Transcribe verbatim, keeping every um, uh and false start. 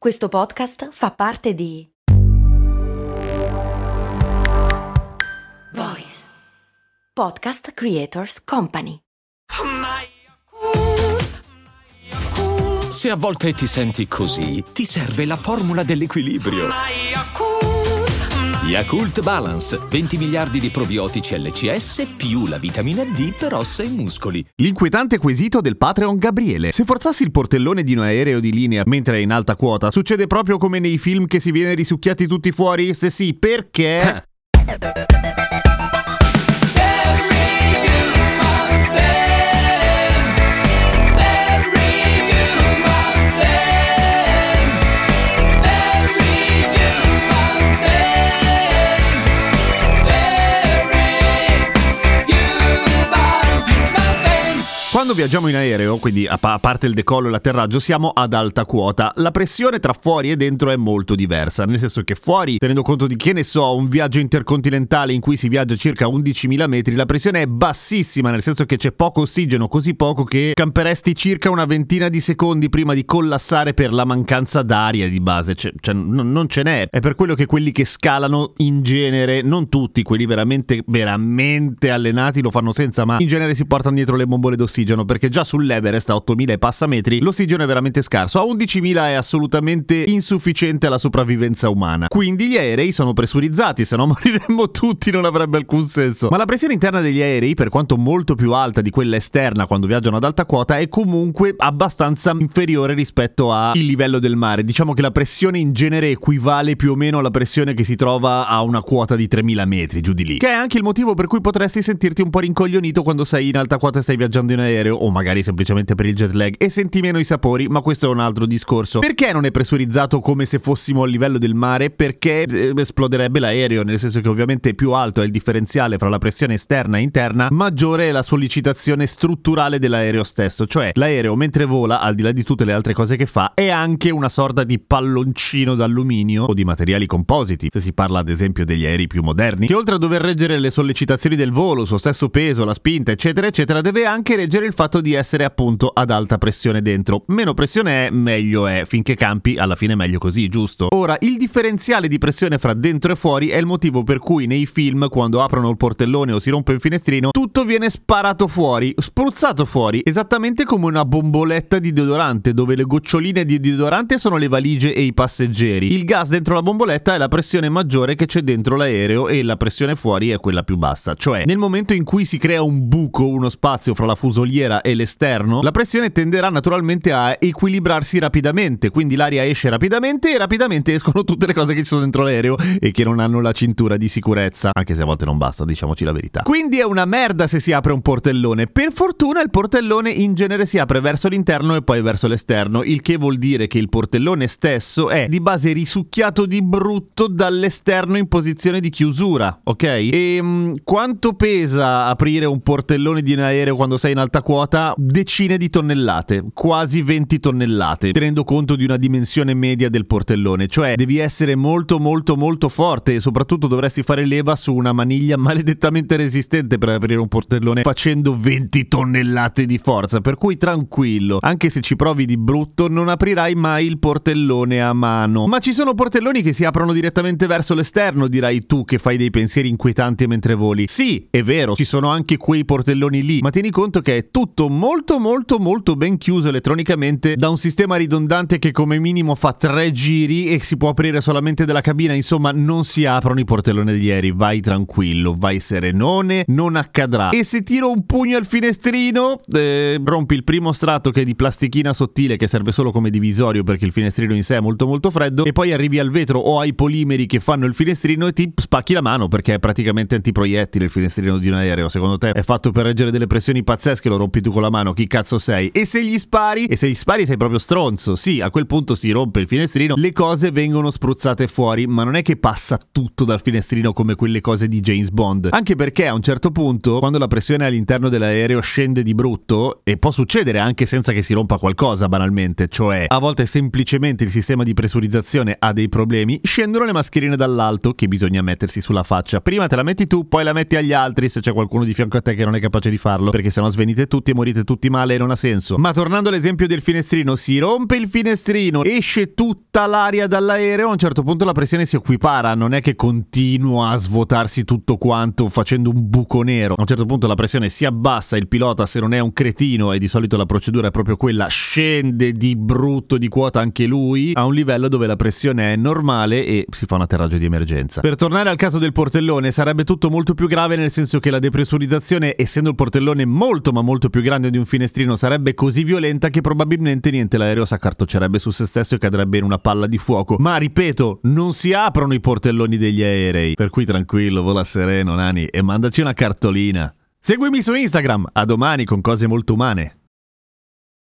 Questo podcast fa parte di Voice Podcast Creators Company. Se a volte ti senti così, ti serve la formula dell'equilibrio. Yakult Balance, venti miliardi di probiotici L C S più la vitamina D per ossa e muscoli. L'inquietante quesito del Patreon Gabriele. Se forzassi il portellone di un aereo di linea mentre è in alta quota, succede proprio come nei film che si viene risucchiati tutti fuori? Se sì, perché? Quando viaggiamo in aereo, quindi a, pa- a parte il decollo e l'atterraggio, siamo ad alta quota. La pressione tra fuori e dentro è molto diversa, nel senso che fuori, tenendo conto di, che ne so, un viaggio intercontinentale in cui si viaggia circa undicimila metri, la pressione è bassissima, nel senso che c'è poco ossigeno, così poco che camperesti circa una ventina di secondi prima di collassare per la mancanza d'aria di base. Cioè, cioè n- non ce n'è. È per quello che quelli che scalano in genere, non tutti, quelli veramente, veramente allenati lo fanno senza, ma in genere si portano dietro le bombole d'ossigeno, perché già sull'Everest a ottomila e passa metri l'ossigeno è veramente scarso, a undicimila è assolutamente insufficiente alla sopravvivenza umana. Quindi gli aerei sono pressurizzati, se no moriremmo tutti, non avrebbe alcun senso. Ma la pressione interna degli aerei, per quanto molto più alta di quella esterna quando viaggiano ad alta quota, è comunque abbastanza inferiore rispetto al livello del mare. Diciamo che la pressione in genere equivale più o meno alla pressione che si trova a una quota di tremila metri, giù di lì. Che è anche il motivo per cui potresti sentirti un po' rincoglionito quando sei in alta quota e stai viaggiando in aereo, o magari semplicemente per il jet lag e senti meno i sapori, ma questo è un altro discorso. Perché non è pressurizzato come se fossimo a livello del mare? Perché eh, esploderebbe l'aereo, nel senso che ovviamente più alto è il differenziale fra la pressione esterna e interna, maggiore è la sollecitazione strutturale dell'aereo stesso, cioè l'aereo mentre vola, al di là di tutte le altre cose che fa, è anche una sorta di palloncino d'alluminio o di materiali compositi, se si parla ad esempio degli aerei più moderni, che oltre a dover reggere le sollecitazioni del volo, il suo stesso peso, la spinta eccetera eccetera, deve anche reggere il fatto di essere appunto ad alta pressione dentro. Meno pressione è, meglio è, finché campi alla fine meglio così, giusto? Ora, il differenziale di pressione fra dentro e fuori è il motivo per cui nei film, quando aprono il portellone o si rompe il finestrino, tutto viene sparato fuori, spruzzato fuori, esattamente come una bomboletta di deodorante, dove le goccioline di deodorante sono le valigie e i passeggeri. Il gas dentro la bomboletta è la pressione maggiore che c'è dentro l'aereo e la pressione fuori è quella più bassa. Cioè, nel momento in cui si crea un buco, uno spazio fra la fusoliera e l'esterno, la pressione tenderà naturalmente a equilibrarsi rapidamente, quindi l'aria esce rapidamente e rapidamente escono tutte le cose che ci sono dentro l'aereo e che non hanno la cintura di sicurezza, anche se a volte non basta, diciamoci la verità. Quindi è una merda se si apre un portellone. Per fortuna il portellone in genere si apre verso l'interno e poi verso l'esterno, il che vuol dire che il portellone stesso è di base risucchiato di brutto dall'esterno in posizione di chiusura, ok? E mh, quanto pesa aprire un portellone di un aereo quando sei in alta quota? Decine di tonnellate, quasi venti tonnellate, tenendo conto di una dimensione media del portellone, cioè devi essere molto molto molto forte e soprattutto dovresti fare leva su una maniglia maledettamente resistente per aprire un portellone facendo venti tonnellate di forza, per cui tranquillo, anche se ci provi di brutto non aprirai mai il portellone a mano. Ma ci sono portelloni che si aprono direttamente verso l'esterno, dirai tu che fai dei pensieri inquietanti mentre voli. Sì, è vero, ci sono anche quei portelloni lì, ma tieni conto che è tutto molto molto molto ben chiuso elettronicamente da un sistema ridondante che come minimo fa tre giri e si può aprire solamente dalla cabina. Insomma, non si aprono i portelloni degli aerei, vai tranquillo, vai serenone, non accadrà. E se tiro un pugno al finestrino, eh, rompi il primo strato che è di plastichina sottile che serve solo come divisorio perché il finestrino in sé è molto molto freddo, e poi arrivi al vetro o ai polimeri che fanno il finestrino e ti spacchi la mano perché è praticamente antiproiettile il finestrino di un aereo. Secondo te è fatto per reggere delle pressioni pazzesche, lo rompi tu con la mano, chi cazzo sei? E se gli spari? E se gli spari sei proprio stronzo. Sì, a quel punto si rompe il finestrino, le cose vengono spruzzate fuori, ma non è che passa tutto dal finestrino come quelle cose di James Bond, anche perché a un certo punto, quando la pressione all'interno dell'aereo scende di brutto, e può succedere anche senza che si rompa qualcosa banalmente, cioè a volte semplicemente il sistema di pressurizzazione ha dei problemi, scendono le mascherine dall'alto che bisogna mettersi sulla faccia. Prima te la metti tu, poi la metti agli altri se c'è qualcuno di fianco a te che non è capace di farlo, perché sennò svenite tutti tutti e morite tutti male e non ha senso. Ma tornando all'esempio del finestrino, si rompe il finestrino, esce tutta l'aria dall'aereo, a un certo punto la pressione si equipara, non è che continua a svuotarsi tutto quanto facendo un buco nero. A un certo punto la pressione si abbassa, il pilota, se non è un cretino, e di solito la procedura è proprio quella, scende di brutto di quota anche lui a un livello dove la pressione è normale e si fa un atterraggio di emergenza. Per tornare al caso del portellone, sarebbe tutto molto più grave, nel senso che la depressurizzazione, essendo il portellone molto ma molto più grande di un finestrino, sarebbe così violenta che probabilmente niente, l'aereo si accartoccerebbe su se stesso e cadrebbe in una palla di fuoco. Ma ripeto, non si aprono i portelloni degli aerei, per cui tranquillo, vola sereno Nani e mandaci una cartolina. Seguimi su Instagram, a domani con cose molto umane.